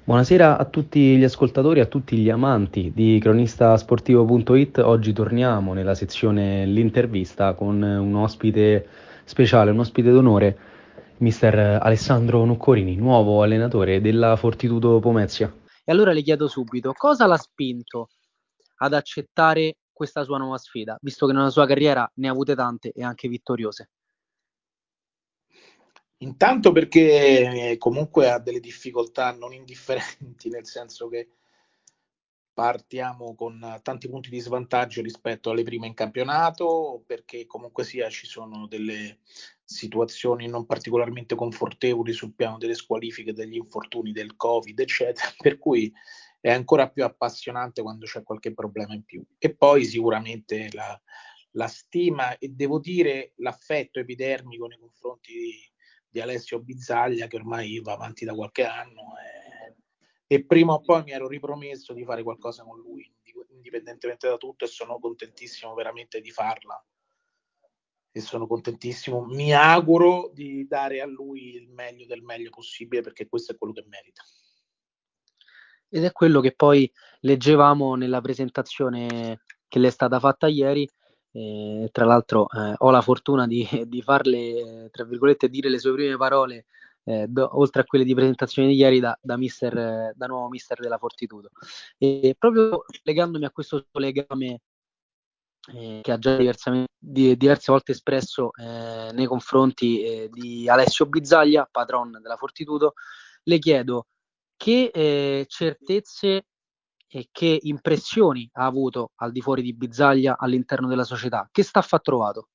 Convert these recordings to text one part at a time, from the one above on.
Buonasera a tutti gli ascoltatori, a tutti gli amanti di cronistasportivo.it. Oggi torniamo nella sezione l'intervista con un ospite speciale, un ospite d'onore, mister Alessandro Nuccorini, nuovo allenatore della Fortitudo Pomezia. E allora le chiedo subito, cosa l'ha spinto ad accettare questa sua nuova sfida, visto che nella sua carriera ne ha avute tante e anche vittoriose? Intanto perché comunque ha delle difficoltà non indifferenti, nel senso che partiamo con tanti punti di svantaggio rispetto alle prime in campionato, perché comunque sia ci sono delle situazioni non particolarmente confortevoli sul piano delle squalifiche, degli infortuni, del Covid, eccetera, per cui è ancora più appassionante quando c'è qualche problema in più. E poi sicuramente la stima e devo dire l'affetto epidermico nei confronti di Alessio Bizzaglia, che ormai va avanti da qualche anno, e prima o poi mi ero ripromesso di fare qualcosa con lui, indipendentemente da tutto, e sono contentissimo veramente di farla. E sono contentissimo, mi auguro di dare a lui il meglio del meglio possibile, perché questo è quello che merita. Ed è quello che poi leggevamo nella presentazione che le è stata fatta ieri. Tra l'altro ho la fortuna di farle, tra virgolette, dire le sue prime parole, oltre a quelle di presentazione di ieri da nuovo mister della Fortitudo. E proprio legandomi a questo suo legame che ha già diverse volte espresso nei confronti di Alessio Bizzaglia, patron della Fortitudo, le chiedo che certezze e che impressioni ha avuto al di fuori di Bizzaglia all'interno della società, che staff ha trovato?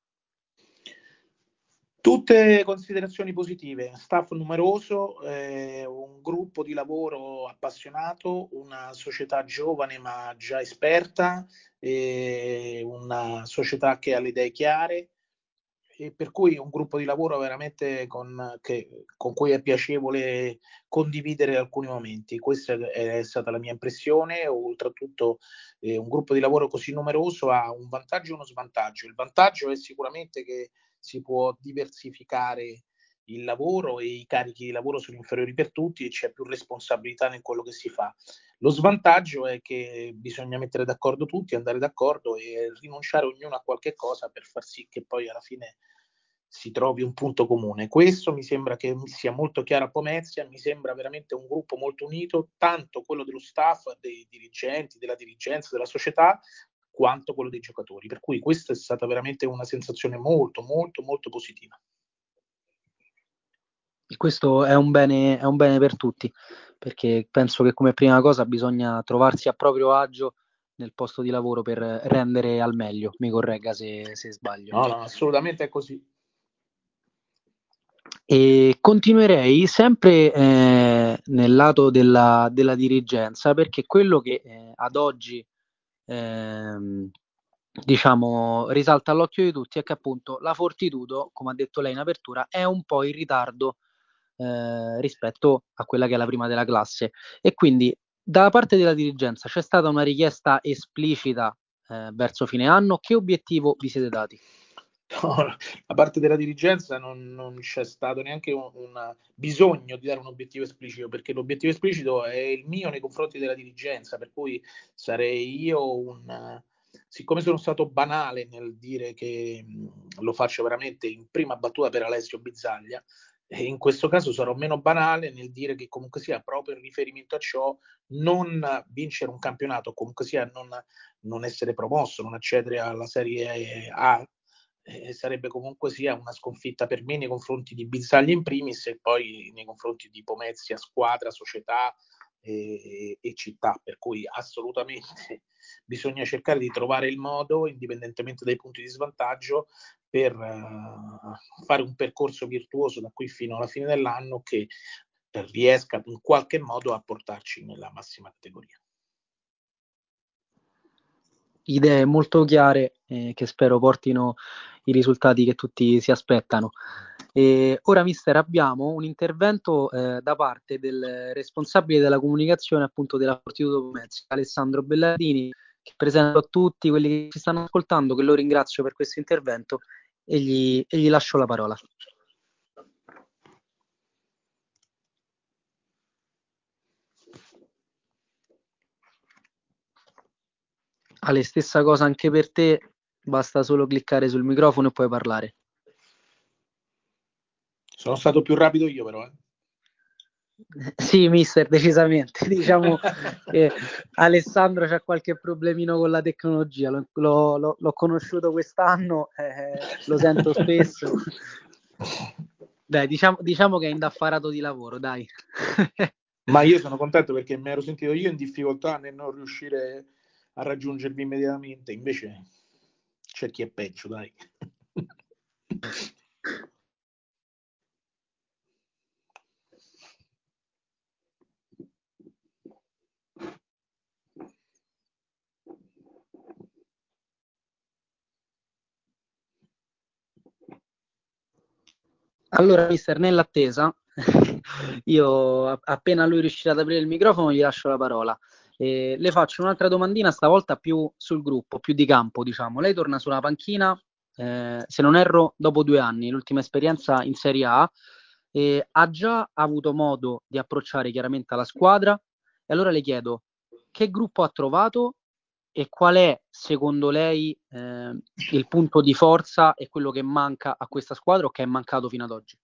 Tutte considerazioni positive, staff numeroso, un gruppo di lavoro appassionato, una società giovane ma già esperta, una società che ha le idee chiare, e per cui un gruppo di lavoro veramente con cui è piacevole condividere alcuni momenti. Questa è stata la mia impressione. Oltretutto un gruppo di lavoro così numeroso ha un vantaggio e uno svantaggio. Il vantaggio è sicuramente che si può diversificare il lavoro e i carichi di lavoro sono inferiori per tutti e c'è più responsabilità in quello che si fa. Lo svantaggio è che bisogna mettere d'accordo tutti, andare d'accordo e rinunciare ognuno a qualche cosa per far sì che poi alla fine si trovi un punto comune. Questo mi sembra che sia molto chiaro a Pomezia, mi sembra veramente un gruppo molto unito, tanto quello dello staff, dei dirigenti, della dirigenza, della società, quanto quello dei giocatori. Per cui questa è stata veramente una sensazione molto, molto, molto positiva. E questo è un bene per tutti, perché penso che come prima cosa bisogna trovarsi a proprio agio nel posto di lavoro per rendere al meglio. Mi corregga se sbaglio. No, no, assolutamente è così. E continuerei sempre nel lato della dirigenza, perché quello che ad oggi ehm, diciamo risalta all'occhio di tutti è che appunto la Fortitudo, come ha detto lei in apertura, è un po' in ritardo rispetto a quella che è la prima della classe, e quindi da parte della dirigenza c'è stata una richiesta esplicita verso fine anno. Che obiettivo vi siete dati? No, da parte della dirigenza non c'è stato neanche un bisogno di dare un obiettivo esplicito, perché l'obiettivo esplicito è il mio nei confronti della dirigenza, per cui sarei io siccome sono stato banale nel dire che lo faccio veramente in prima battuta per Alessio Bizzaglia, e in questo caso sarò meno banale nel dire che comunque sia proprio in riferimento a ciò non vincere un campionato, comunque sia non essere promosso, non accedere alla Serie A, sarebbe comunque sia una sconfitta per me nei confronti di Bizzaglia in primis e poi nei confronti di Pomezia, squadra, società e città, per cui assolutamente bisogna cercare di trovare il modo, indipendentemente dai punti di svantaggio, per fare un percorso virtuoso da qui fino alla fine dell'anno che riesca in qualche modo a portarci nella massima categoria. Idee molto chiare che spero portino i risultati che tutti si aspettano. E ora, mister, abbiamo un intervento da parte del responsabile della comunicazione appunto della Fortitudo Pomezia, Alessandro Belladini, che presento a tutti quelli che ci stanno ascoltando, che lo ringrazio per questo intervento e gli lascio la parola. Ale, stessa cosa anche per te, basta solo cliccare sul microfono e puoi parlare. Sono stato più rapido io però. Sì, mister, decisamente. Diciamo che Alessandro c'ha qualche problemino con la tecnologia, l'ho conosciuto quest'anno, lo sento spesso. Dai, diciamo che è indaffarato di lavoro, dai. Ma io sono contento perché mi ero sentito io in difficoltà nel non riuscire a raggiungervi immediatamente, invece c'è chi è peggio, dai. Allora, mister, nell'attesa, io appena lui riuscirà ad aprire il microfono gli lascio la parola. Le faccio un'altra domandina, stavolta più sul gruppo, più di campo, diciamo. Lei torna sulla panchina, se non erro, dopo 2 anni, l'ultima esperienza in Serie A, ha già avuto modo di approcciare chiaramente la squadra. E allora le chiedo, che gruppo ha trovato e qual è, secondo lei, il punto di forza e quello che manca a questa squadra o che è mancato fino ad oggi?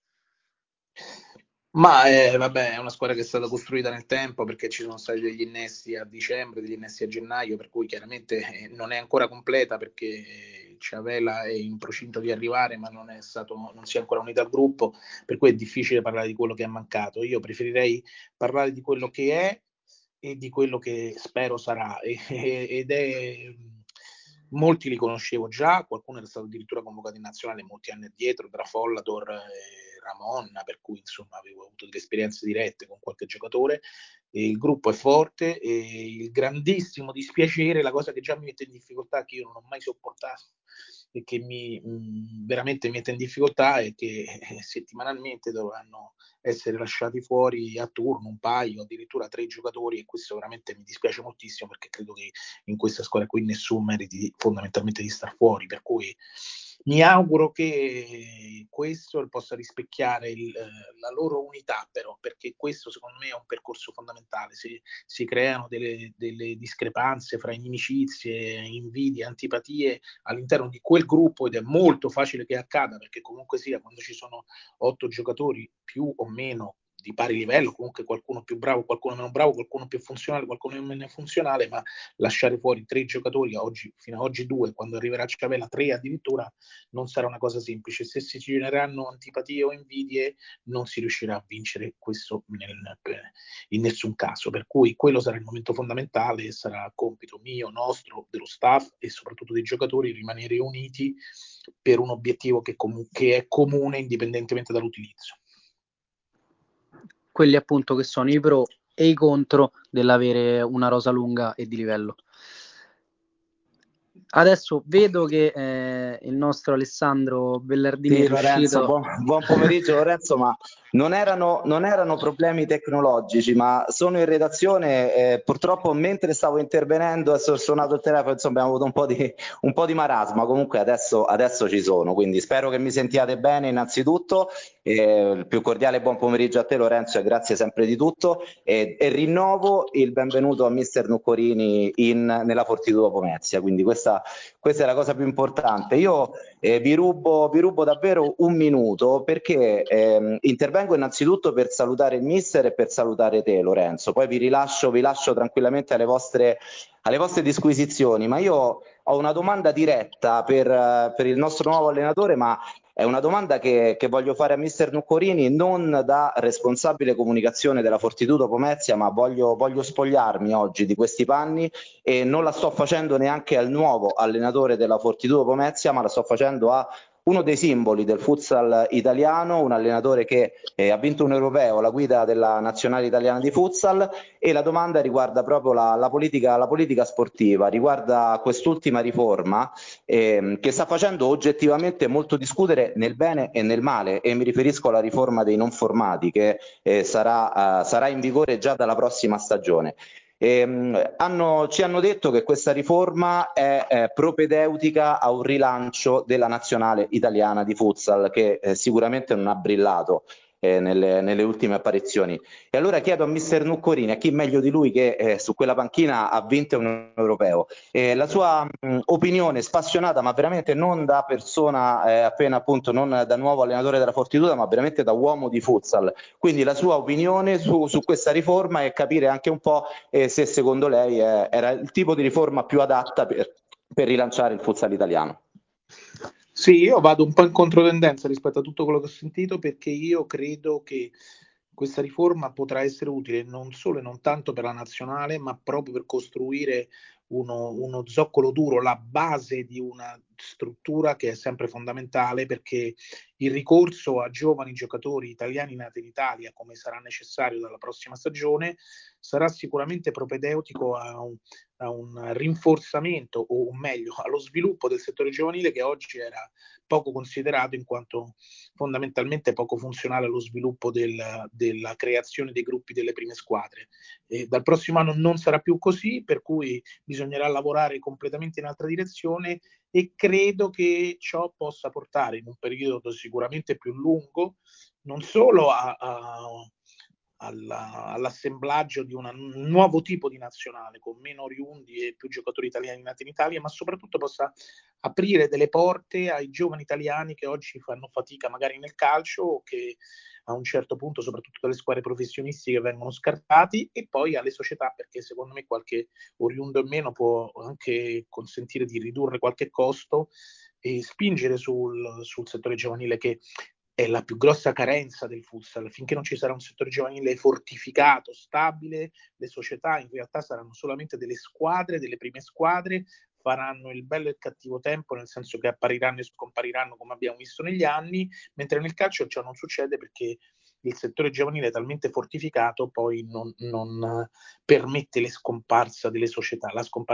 Ma vabbè, è una squadra che è stata costruita nel tempo perché ci sono stati degli innesti a dicembre, degli innesti a gennaio, per cui chiaramente non è ancora completa perché Ciavella è in procinto di arrivare, ma non si è ancora unito al gruppo, per cui è difficile parlare di quello che è mancato. Io preferirei parlare di quello che è e di quello che spero sarà. Ed è molti li conoscevo già, qualcuno era stato addirittura convocato in nazionale molti anni addietro, tra Follador e Ramonna, per cui insomma avevo avuto delle esperienze dirette con qualche giocatore. E il gruppo è forte e il grandissimo dispiacere, la cosa che già mi mette in difficoltà, che io non ho mai sopportato e che veramente mi mette in difficoltà, è che settimanalmente dovranno essere lasciati fuori a turno un paio, addirittura 3 giocatori, e questo veramente mi dispiace moltissimo perché credo che in questa squadra qui nessuno meriti fondamentalmente di star fuori, per cui mi auguro che questo possa rispecchiare la loro unità, però, perché questo secondo me è un percorso fondamentale. Se si creano delle discrepanze fra inimicizie, invidie, antipatie all'interno di quel gruppo, ed è molto facile che accada, perché comunque sia, quando ci sono 8 giocatori più o meno di pari livello, comunque qualcuno più bravo, qualcuno meno bravo, qualcuno più funzionale, qualcuno meno funzionale, ma lasciare fuori 3 giocatori, fino ad oggi 2, quando arriverà Ciavella 3 addirittura, non sarà una cosa semplice. Se si genereranno antipatie o invidie, non si riuscirà a vincere questo in nessun caso. Per cui quello sarà il momento fondamentale e sarà compito mio, nostro, dello staff e soprattutto dei giocatori rimanere uniti per un obiettivo che è comune indipendentemente dall'utilizzo. Quelli appunto che sono i pro e i contro dell'avere una rosa lunga e di livello. Adesso vedo che il nostro Alessandro Bellardini Sì, è Lorenzo, riuscito. buon pomeriggio Lorenzo, ma non erano problemi tecnologici, ma sono in redazione. Purtroppo mentre stavo intervenendo è suonato il telefono, insomma abbiamo avuto un po' di marasma, comunque adesso ci sono, quindi spero che mi sentiate bene innanzitutto. Il più cordiale buon pomeriggio a te Lorenzo e grazie sempre di tutto e rinnovo il benvenuto a mister Nuccorini nella Fortitudo Pomezia, quindi questa è la cosa più importante. Io vi rubo davvero un minuto perché intervengo innanzitutto per salutare il mister e per salutare te Lorenzo, poi vi lascio tranquillamente alle vostre disquisizioni, ma io ho una domanda diretta per il nostro nuovo allenatore, ma è una domanda che voglio fare a mister Nuccorini non da responsabile comunicazione della Fortitudo Pomezia, ma voglio spogliarmi oggi di questi panni e non la sto facendo neanche al nuovo allenatore della Fortitudo Pomezia, ma la sto facendo a uno dei simboli del futsal italiano, un allenatore che ha vinto un europeo alla guida della nazionale italiana di futsal, e la domanda riguarda proprio la politica sportiva, riguarda quest'ultima riforma che sta facendo oggettivamente molto discutere nel bene e nel male, e mi riferisco alla riforma dei non formati che sarà in vigore già dalla prossima stagione. Ci hanno detto che questa riforma è propedeutica a un rilancio della nazionale italiana di futsal che sicuramente non ha brillato nelle ultime apparizioni. E allora chiedo a mister Nuccorini, a chi meglio di lui che su quella panchina ha vinto un europeo, la sua opinione spassionata, ma veramente non da persona appena appunto, non da nuovo allenatore della Fortitudo, ma veramente da uomo di futsal. Quindi la sua opinione su questa riforma e capire anche un po' se secondo lei era il tipo di riforma più adatta per rilanciare il futsal italiano. Sì, io vado un po' in controtendenza rispetto a tutto quello che ho sentito, perché io credo che questa riforma potrà essere utile non solo e non tanto per la nazionale, ma proprio per costruire uno zoccolo duro, la base di una struttura che è sempre fondamentale, perché il ricorso a giovani giocatori italiani nati in Italia, come sarà necessario dalla prossima stagione, sarà sicuramente propedeutico a un rinforzamento, o meglio, allo sviluppo del settore giovanile, che oggi era poco considerato in quanto fondamentalmente poco funzionale allo sviluppo della creazione dei gruppi delle prime squadre. Dal prossimo anno non sarà più così, per cui bisognerà lavorare completamente in altra direzione, e credo che ciò possa portare in un periodo sicuramente più lungo non solo all'assemblaggio di un nuovo tipo di nazionale con meno oriundi e più giocatori italiani nati in Italia, ma soprattutto possa aprire delle porte ai giovani italiani che oggi fanno fatica magari nel calcio, o che a un certo punto, soprattutto dalle squadre professionistiche, vengono scartati, e poi alle società, perché secondo me qualche oriundo in meno può anche consentire di ridurre qualche costo e spingere sul settore giovanile, che è la più grossa carenza del futsal. Finché non ci sarà un settore giovanile fortificato, stabile, le società in realtà saranno solamente delle squadre, delle prime squadre, faranno il bello e il cattivo tempo, nel senso che appariranno e scompariranno come abbiamo visto negli anni, mentre nel calcio ciò non succede, perché il settore giovanile è talmente fortificato, poi non permette la scomparsa delle società.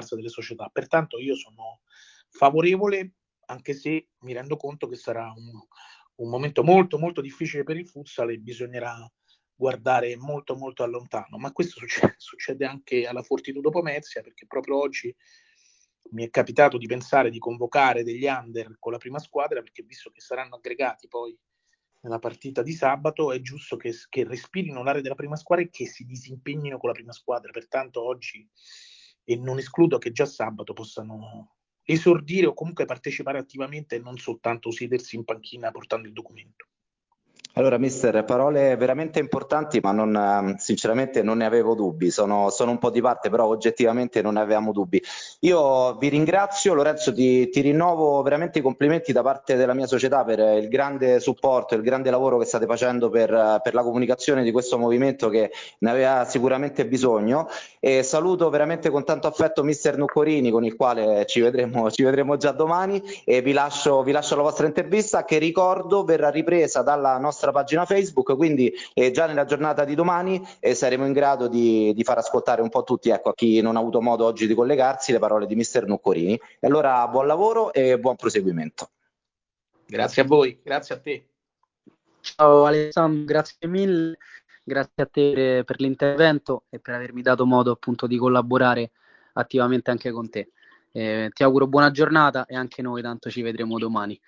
Pertanto io sono favorevole, anche se mi rendo conto che sarà un momento molto molto difficile per il futsal e bisognerà guardare molto molto a lontano, ma questo succede anche alla Fortitudo Pomezia, perché proprio oggi mi è capitato di pensare di convocare degli under con la prima squadra, perché visto che saranno aggregati poi nella partita di sabato, è giusto che respirino l'aria della prima squadra e che si disimpegnino con la prima squadra. Pertanto oggi, e non escludo che già sabato, possano esordire o comunque partecipare attivamente e non soltanto sedersi in panchina portando il documento. Allora, mister, parole veramente importanti, ma sinceramente non ne avevo dubbi. Sono un po' di parte, però oggettivamente non ne avevamo dubbi. Io vi ringrazio, Lorenzo, ti rinnovo veramente i complimenti da parte della mia società per il grande supporto, il grande lavoro che state facendo per la comunicazione di questo movimento che ne aveva sicuramente bisogno. E saluto veramente con tanto affetto mister Nuccorini, con il quale ci vedremo già domani, e vi lascio la vostra intervista, che ricordo verrà ripresa dalla nostra pagina Facebook, quindi già nella giornata di domani saremo in grado di far ascoltare un po' tutti, ecco, a chi non ha avuto modo oggi di collegarsi, le parole di mister Nuccorini. E allora buon lavoro e buon proseguimento. Grazie a voi, grazie a te. Ciao Alessandro, grazie mille, grazie a te per l'intervento e per avermi dato modo appunto di collaborare attivamente anche con te. Ti auguro buona giornata e anche noi tanto ci vedremo domani.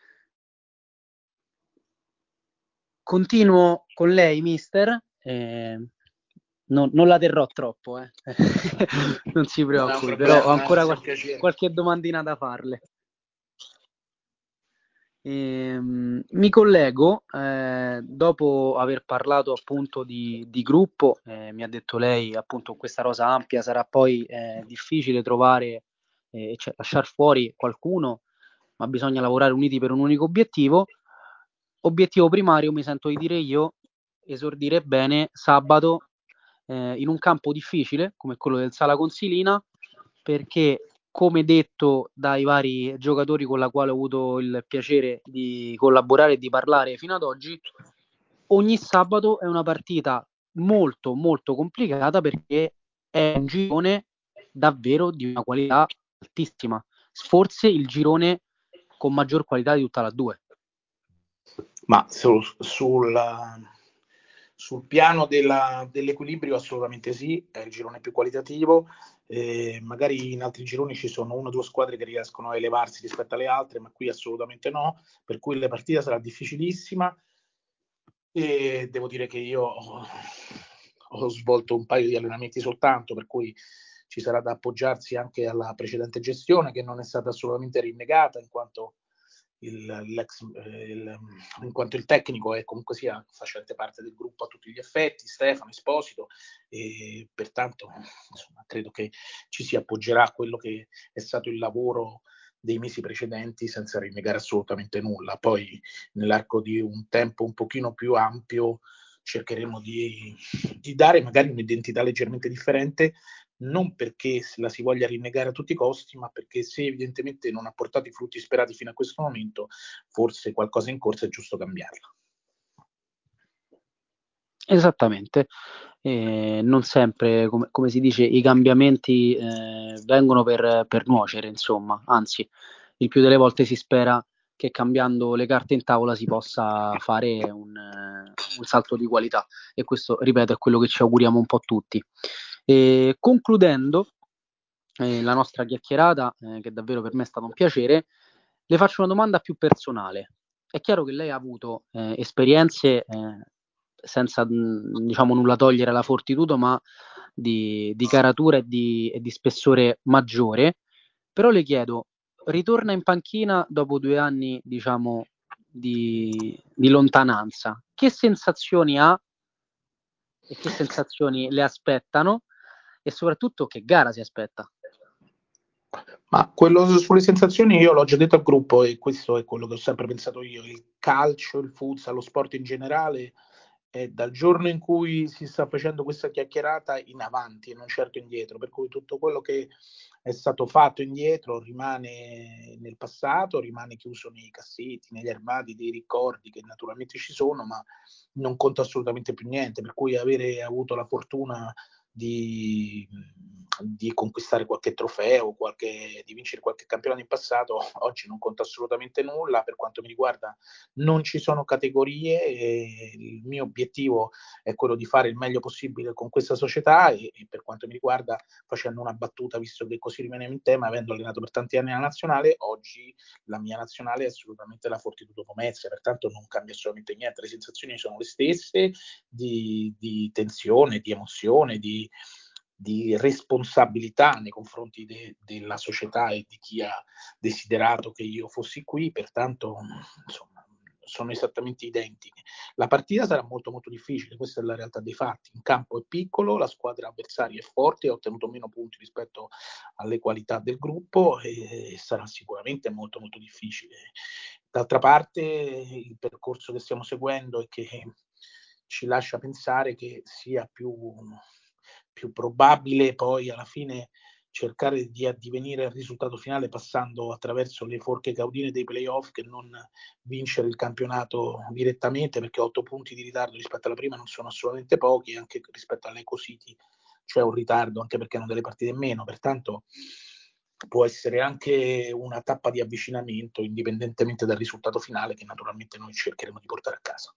Continuo con lei, mister. Non la terrò troppo, non si preoccupi, però ho ancora qualche domandina da farle. Mi collego, dopo aver parlato appunto di gruppo, mi ha detto lei appunto questa rosa ampia sarà poi difficile trovare, cioè lasciar fuori qualcuno, ma bisogna lavorare uniti per un unico obiettivo. Obiettivo primario, mi sento di dire io, esordire bene sabato in un campo difficile come quello del Sala Consilina, perché come detto dai vari giocatori con la quale ho avuto il piacere di collaborare e di parlare fino ad oggi, ogni sabato è una partita molto molto complicata, perché è un girone davvero di una qualità altissima, forse il girone con maggior qualità di tutta la 2. Ma sul piano dell'equilibrio assolutamente sì, è il girone più qualitativo. Magari in altri gironi ci sono 1 o 2 squadre che riescono a elevarsi rispetto alle altre, ma qui assolutamente no, per cui la partita sarà difficilissima. E devo dire che io ho svolto un paio di allenamenti soltanto, per cui ci sarà da appoggiarsi anche alla precedente gestione, che non è stata assolutamente rinnegata, in quanto il tecnico è comunque sia facente parte del gruppo a tutti gli effetti, Stefano Esposito, e pertanto insomma, credo che ci si appoggerà a quello che è stato il lavoro dei mesi precedenti senza rinnegare assolutamente nulla. Poi nell'arco di un tempo un pochino più ampio cercheremo di dare magari un'identità leggermente differente, non perché la si voglia rinnegare a tutti i costi, ma perché se evidentemente non ha portato i frutti sperati fino a questo momento, forse qualcosa in corsa è giusto cambiarla. Esattamente, non sempre, come si dice, i cambiamenti vengono per nuocere, insomma, anzi, il più delle volte si spera che cambiando le carte in tavola si possa fare un salto di qualità, e questo, ripeto, è quello che ci auguriamo un po' tutti. Concludendo la nostra chiacchierata, che davvero per me è stato un piacere, le faccio una domanda più personale. È chiaro che lei ha avuto esperienze senza diciamo nulla togliere alla Fortitudo, ma di caratura e di spessore maggiore. Però le chiedo, ritorna in panchina dopo 2 anni, diciamo, di lontananza. Che sensazioni ha e che sensazioni le aspettano, e soprattutto che gara si aspetta? Ma quello sulle sensazioni io l'ho già detto al gruppo, e questo è quello che ho sempre pensato io: il calcio, il futsal, lo sport in generale è dal giorno in cui si sta facendo questa chiacchierata in avanti e non certo indietro, per cui tutto quello che è stato fatto indietro rimane nel passato, rimane chiuso nei cassetti, negli armadi dei ricordi che naturalmente ci sono, ma non conta assolutamente più niente, per cui avere avuto la fortuna di conquistare qualche trofeo, di vincere qualche campionato in passato, oggi non conta assolutamente nulla. Per quanto mi riguarda non ci sono categorie, e il mio obiettivo è quello di fare il meglio possibile con questa società, e per quanto mi riguarda, facendo una battuta, visto che così rimaniamo in tema, avendo allenato per tanti anni la nazionale, oggi la mia nazionale è assolutamente la Fortitudo Pomezia, pertanto non cambia assolutamente niente, le sensazioni sono le stesse, di tensione, di emozione, di responsabilità nei confronti della società e di chi ha desiderato che io fossi qui, pertanto insomma sono esattamente identiche. La partita sarà molto molto difficile, questa è la realtà dei fatti. In campo è piccolo, la squadra avversaria è forte, ha ottenuto meno punti rispetto alle qualità del gruppo, e sarà sicuramente molto molto difficile. D'altra parte il percorso che stiamo seguendo e che ci lascia pensare che sia più probabile poi alla fine cercare di addivenire al risultato finale passando attraverso le forche caudine dei playoff, che non vincere il campionato direttamente, perché 8 punti di ritardo rispetto alla prima non sono assolutamente pochi, anche rispetto all'Eco City c'è un ritardo, anche perché hanno delle partite in meno, pertanto può essere anche una tappa di avvicinamento indipendentemente dal risultato finale, che naturalmente noi cercheremo di portare a casa.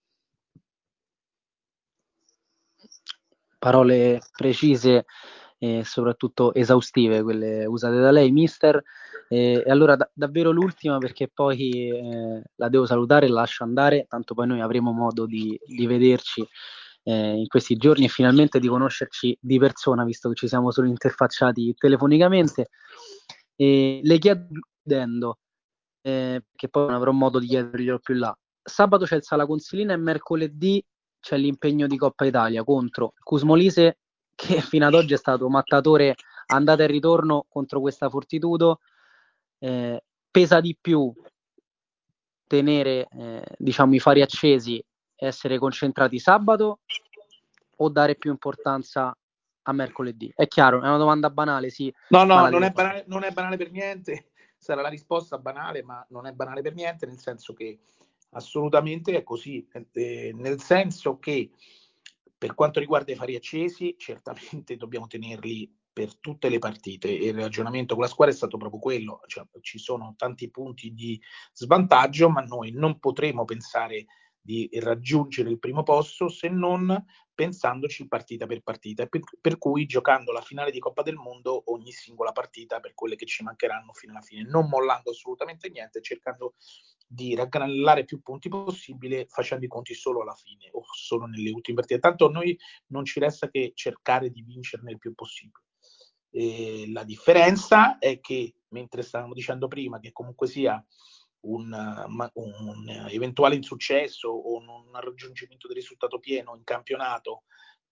Parole precise e soprattutto esaustive, quelle usate da lei, mister. E allora davvero l'ultima, perché poi la devo salutare e la lascio andare, tanto poi noi avremo modo di vederci in questi giorni e finalmente di conoscerci di persona, visto che ci siamo solo interfacciati telefonicamente. E le chiedo, che poi non avrò modo di chiederglielo più là, sabato c'è il Sala Consilina e mercoledì c'è l'impegno di Coppa Italia contro Cusmolise, che fino ad oggi è stato mattatore andata e ritorno contro questa Fortitudo. Pesa di più tenere diciamo i fari accesi, essere concentrati sabato, o dare più importanza a mercoledì? È chiaro, è una domanda banale, sì. No, non è banale per niente, sarà la risposta banale, ma non è banale per niente, nel senso che assolutamente è così, nel senso che per quanto riguarda i fari accesi, certamente dobbiamo tenerli per tutte le partite, e il ragionamento con la squadra è stato proprio quello, cioè, ci sono tanti punti di svantaggio, ma noi non potremo pensare di raggiungere il primo posto, se non pensandoci partita per partita, per cui giocando la finale di Coppa del Mondo ogni singola partita per quelle che ci mancheranno fino alla fine, non mollando assolutamente niente, cercando di raggranellare più punti possibile, facendo i conti solo alla fine o solo nelle ultime partite. Tanto a noi non ci resta che cercare di vincerne il più possibile. E la differenza è che, mentre stavamo dicendo prima, che comunque sia un eventuale insuccesso o un raggiungimento del risultato pieno in campionato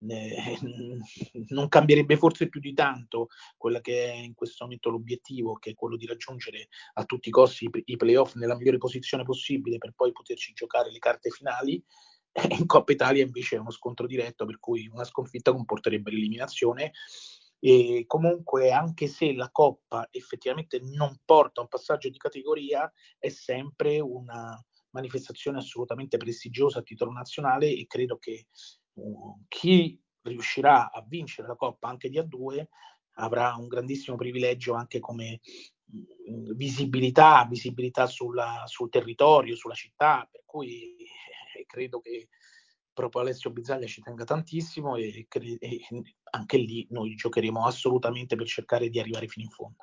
non cambierebbe forse più di tanto quello che è in questo momento l'obiettivo, che è quello di raggiungere a tutti i costi i playoff nella migliore posizione possibile per poi poterci giocare le carte finali. In Coppa Italia invece è uno scontro diretto, per cui una sconfitta comporterebbe l'eliminazione. E comunque, anche se la Coppa effettivamente non porta a un passaggio di categoria, è sempre una manifestazione assolutamente prestigiosa a titolo nazionale, e credo che chi riuscirà a vincere la Coppa anche di A2 avrà un grandissimo privilegio anche come visibilità sul territorio, sulla città, per cui credo che proprio Alessio Bizzaglia ci tenga tantissimo e anche lì noi giocheremo assolutamente per cercare di arrivare fino in fondo.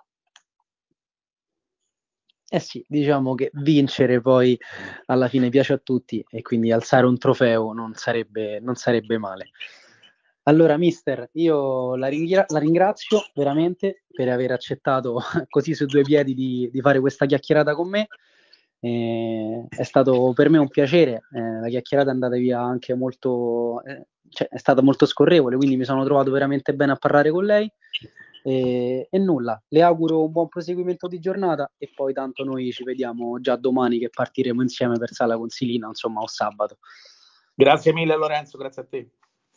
Eh sì, diciamo che vincere poi alla fine piace a tutti e quindi alzare un trofeo non sarebbe male. Allora, mister, io la ringrazio veramente per aver accettato così su due piedi di fare questa chiacchierata con me. È stato per me un piacere, la chiacchierata è andata via anche molto, cioè è stata molto scorrevole, quindi mi sono trovato veramente bene a parlare con lei. E nulla, le auguro un buon proseguimento di giornata e poi tanto noi ci vediamo già domani che partiremo insieme per Sala Consilina, insomma, o sabato. Grazie mille Lorenzo, grazie a te.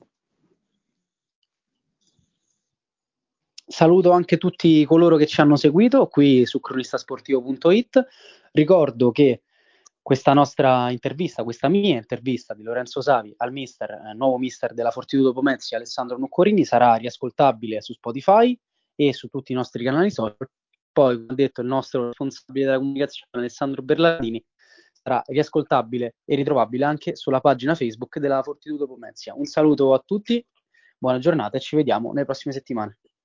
Saluto anche tutti coloro che ci hanno seguito qui su cronistasportivo.it. Ricordo che questa nostra intervista, questa mia intervista di Lorenzo Savi al nuovo mister della Fortitudo Pomezia, Alessandro Nuccorini, sarà riascoltabile su Spotify e su tutti i nostri canali social. Poi, come ha detto il nostro responsabile della comunicazione, Alessandro Berlandini, sarà riascoltabile e ritrovabile anche sulla pagina Facebook della Fortitudo Pomezia. Un saluto a tutti, buona giornata e ci vediamo nelle prossime settimane.